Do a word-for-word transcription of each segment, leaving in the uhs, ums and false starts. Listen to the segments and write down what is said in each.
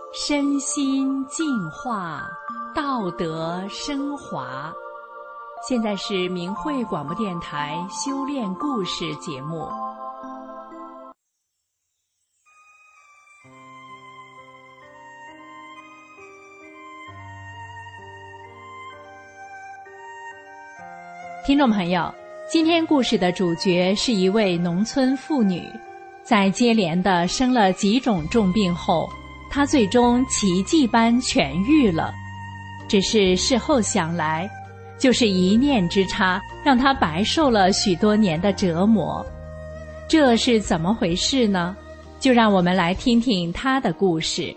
身心净化，道德升华。现在是明慧广播电台修炼故事节目。听众朋友，今天故事的主角是一位农村妇女，在接连的生了几种重病后，她最终奇迹般痊愈了。只是事后想来，就是一念之差，让她白受了许多年的折磨。这是怎么回事呢？就让我们来听听她的故事。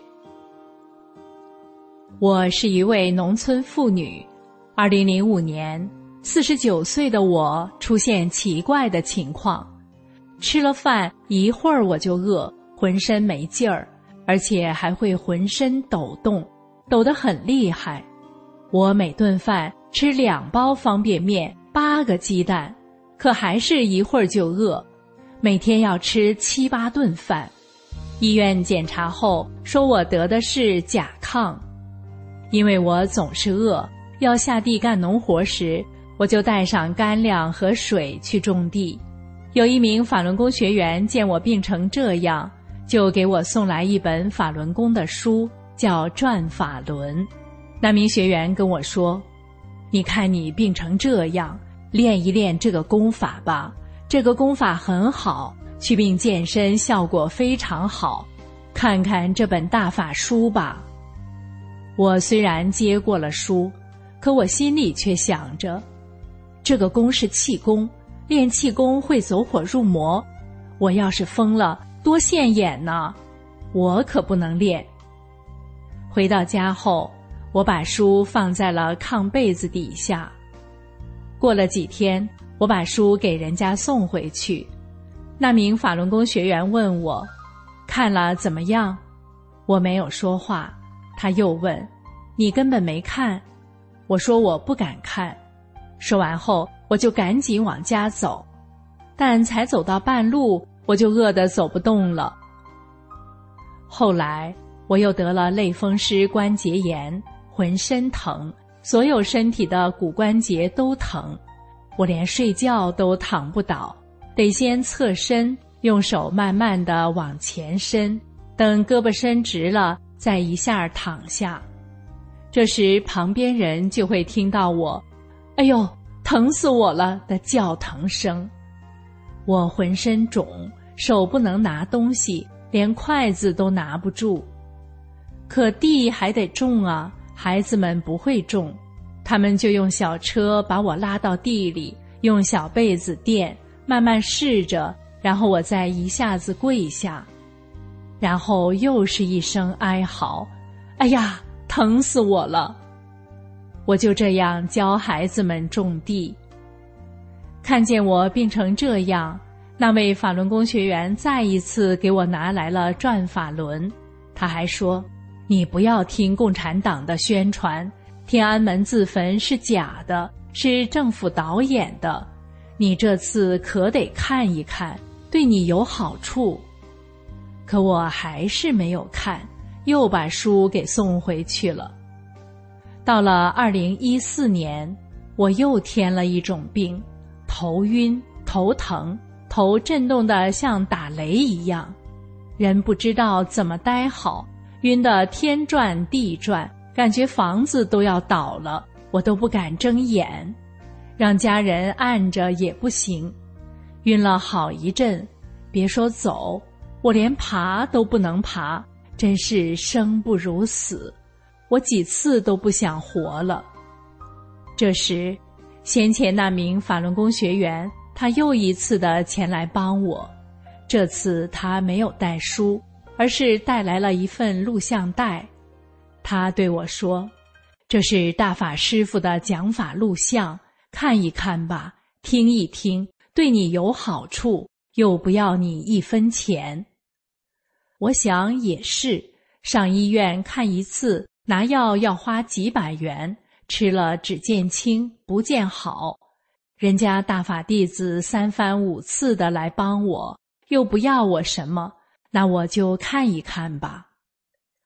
我是一位农村妇女，二零零五年四十九岁的我出现奇怪的情况，吃了饭一会儿我就饿，浑身没劲儿，而且还会浑身抖动，抖得很厉害。我每顿饭吃两包方便面，八个鸡蛋，可还是一会儿就饿，每天要吃七八顿饭。医院检查后说我得的是甲亢。因为我总是饿，要下地干农活时，我就带上干粮和水去种地。有一名法轮功学员见我病成这样，就给我送来一本法轮功的书，叫《转法轮》。那名学员跟我说，你看你病成这样，练一练这个功法吧，这个功法很好，祛病健身效果非常好，看看这本大法书吧。我虽然接过了书，可我心里却想着，这个功是气功，练气功会走火入魔，我要是疯了多现眼呢，我可不能练。回到家后，我把书放在了炕被子底下。过了几天，我把书给人家送回去。那名法轮功学员问我，看了怎么样？我没有说话。他又问，你根本没看？我说我不敢看。说完后，我就赶紧往家走，但才走到半路，我就饿得走不动了。后来我又得了类风湿关节炎，浑身疼，所有身体的骨关节都疼，我连睡觉都躺不倒，得先侧身，用手慢慢地往前伸，等胳膊伸直了，再一下躺下。这时旁边人就会听到我哎呦疼死我了的叫疼声。我浑身肿，手不能拿东西，连筷子都拿不住。可地还得种啊，孩子们不会种，他们就用小车把我拉到地里，用小被子垫，慢慢试着，然后我再一下子跪下，然后又是一声哀嚎，哎呀，疼死我了。我就这样教孩子们种地。看见我病成这样，那位法轮功学员再一次给我拿来了转法轮。他还说，你不要听共产党的宣传，天安门自焚是假的，是政府导演的，你这次可得看一看，对你有好处。可我还是没有看，又把书给送回去了。到了二零一四年，我又添了一种病，头晕、头疼，头震动得像打雷一样，人不知道怎么待好，晕得天转地转，感觉房子都要倒了，我都不敢睁眼，让家人按着也不行。晕了好一阵，别说走，我连爬都不能爬，真是生不如死，我几次都不想活了。这时先前那名法轮功学员，他又一次的前来帮我，这次他没有带书，而是带来了一份录像带。他对我说，这是大法师父的讲法录像，看一看吧，听一听，对你有好处，又不要你一分钱。我想也是，上医院看一次，拿药要花几百元，吃了只见轻不见好。人家大法弟子三番五次的来帮我，又不要我什么，那我就看一看吧。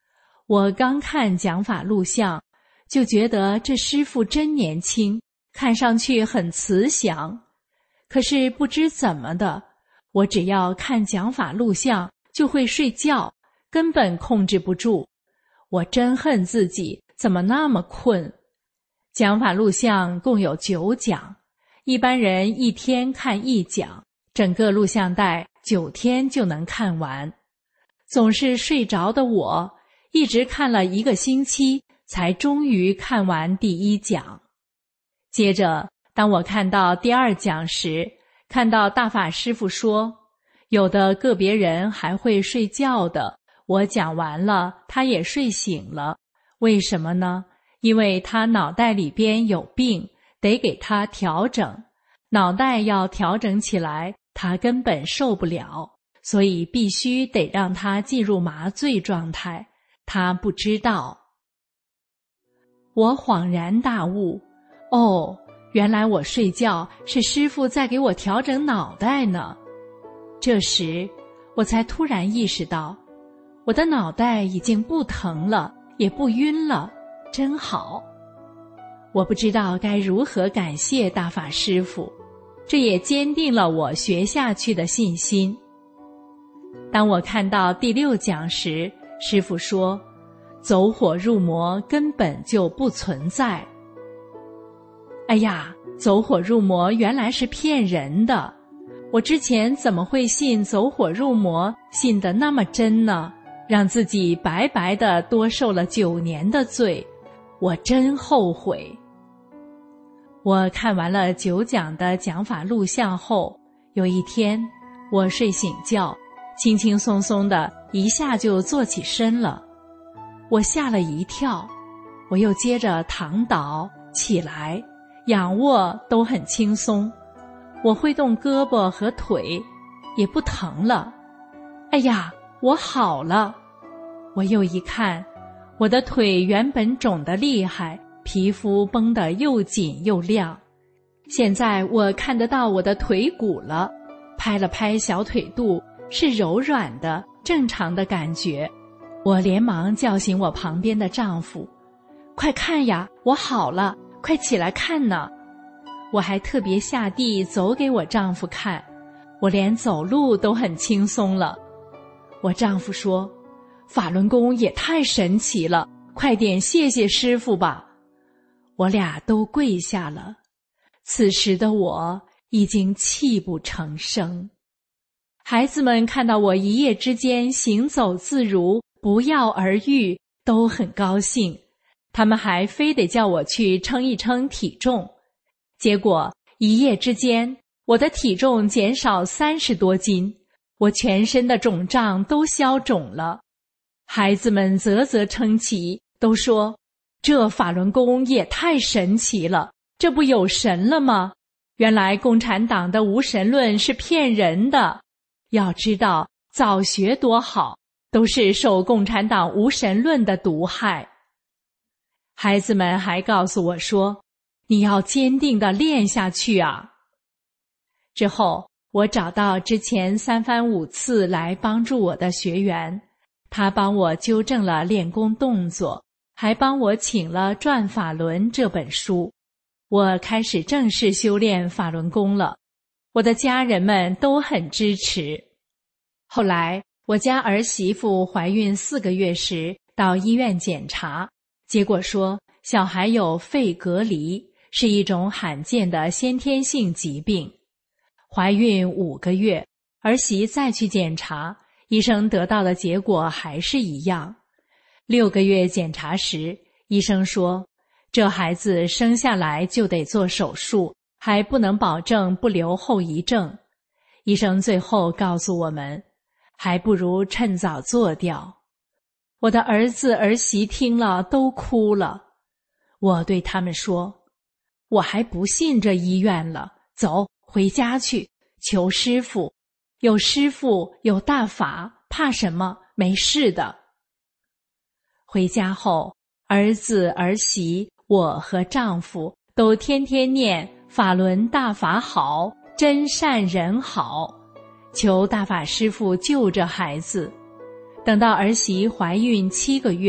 我刚看讲法录像，就觉得这师父真年轻，看上去很慈祥。可是不知怎么的，我只要看讲法录像就会睡觉，根本控制不住。我真恨自己怎么那么困。讲法录像共有九讲，一般人一天看一讲，整个录像带九天就能看完。总是睡着的我，一直看了一个星期，才终于看完第一讲。接着，当我看到第二讲时，看到大法师父说，有的个别人还会睡觉的，我讲完了，他也睡醒了。为什么呢？因为他脑袋里边有病，得给他调整。脑袋要调整起来，他根本受不了，所以必须得让他进入麻醉状态。他不知道。我恍然大悟，哦，原来我睡觉是师父在给我调整脑袋呢。这时，我才突然意识到，我的脑袋已经不疼了，也不晕了，真好。我不知道该如何感谢大法师父，这也坚定了我学下去的信心。当我看到第六讲时，师父说，走火入魔根本就不存在。哎呀，走火入魔原来是骗人的，我之前怎么会信走火入魔，信得那么真呢？让自己白白的多受了九年的罪，我真后悔。我看完了九讲的讲法录像后，有一天我睡醒觉，轻轻松松的一下就坐起身了。我吓了一跳，我又接着躺倒起来，仰卧都很轻松，我会动胳膊和腿，也不疼了。哎呀，我好了！我又一看，我的腿原本肿得厉害，皮肤绷得又紧又亮，现在我看得到我的腿骨了，拍了拍小腿肚，是柔软的，正常的感觉。我连忙叫醒我旁边的丈夫，快看呀，我好了，快起来看呢。我还特别下地走给我丈夫看，我连走路都很轻松了。我丈夫说，法轮功也太神奇了，快点谢谢师父吧。我俩都跪下了。此时的我已经泣不成声。孩子们看到我一夜之间行走自如，不药而愈，都很高兴，他们还非得叫我去称一称体重。结果一夜之间，我的体重减少三十多斤，我全身的肿胀都消肿了。孩子们啧啧称奇，都说这法轮功也太神奇了，这不有神了吗？原来共产党的无神论是骗人的，要知道早学多好，都是受共产党无神论的毒害。孩子们还告诉我说，你要坚定地练下去啊。之后我找到之前三番五次来帮助我的学员，他帮我纠正了练功动作，还帮我请了《转法轮》这本书。我开始正式修炼法轮功了，我的家人们都很支持。后来我家儿媳妇怀孕四个月时到医院检查，结果说小孩有肺隔离，是一种罕见的先天性疾病。怀孕五个月，儿媳再去检查，医生得到的结果还是一样。六个月检查时，医生说这孩子生下来就得做手术，还不能保证不留后遗症。医生最后告诉我们，还不如趁早做掉。我的儿子儿媳听了都哭了。我对他们说，我还不信这医院了，走，回家去，求师父，有师父，有大法，怕什么？没事的。回家后，儿子儿媳我和丈夫都天天念法轮大法好，真善人好，求大法师父救这孩子。等到儿媳怀孕七个月，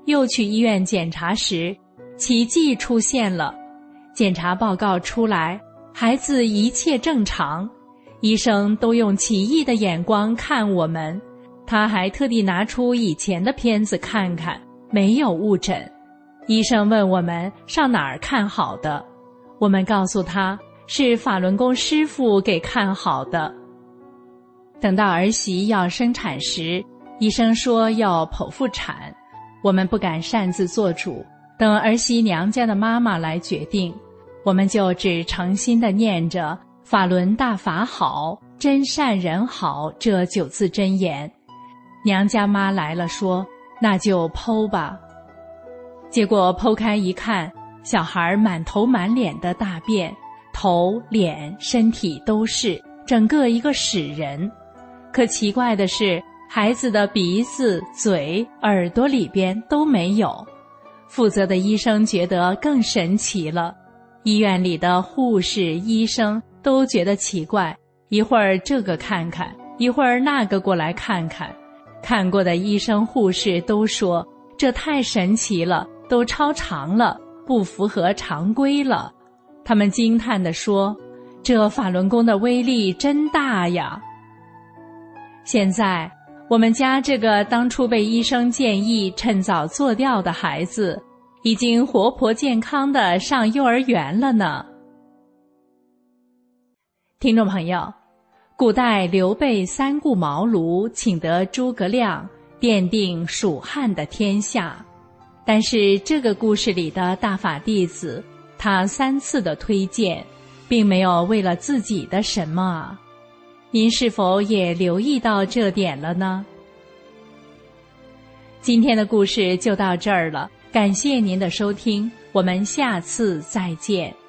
又去医院检查时，奇迹出现了。检查报告出来，孩子一切正常，医生都用奇异的眼光看我们，他还特地拿出以前的片子看看，没有误诊。医生问我们上哪儿看好的，我们告诉他是法轮功师父给看好的。等到儿媳要生产时，医生说要剖腹产，我们不敢擅自做主，等儿媳娘家的妈妈来决定，我们就只诚心地念着法轮大法好，真善人好这九字真言。娘家妈来了说，那就剖吧。结果剖开一看，小孩满头满脸的大便，头、脸、身体都是，整个一个屎人。可奇怪的是，孩子的鼻子、嘴、耳朵里边都没有。负责的医生觉得更神奇了，医院里的护士、医生都觉得奇怪，一会儿这个看看，一会儿那个过来看看。看过的医生、护士都说，这太神奇了，都超常了，不符合常规了。他们惊叹地说，这法轮功的威力真大呀！现在我们家这个当初被医生建议趁早做掉的孩子，已经活泼健康地上幼儿园了呢。听众朋友，古代刘备三顾茅庐，请得诸葛亮，奠定蜀汉的天下。但是这个故事里的大法弟子，他三次的推荐，并没有为了自己的什么啊？您是否也留意到这点了呢？今天的故事就到这儿了，感谢您的收听，我们下次再见。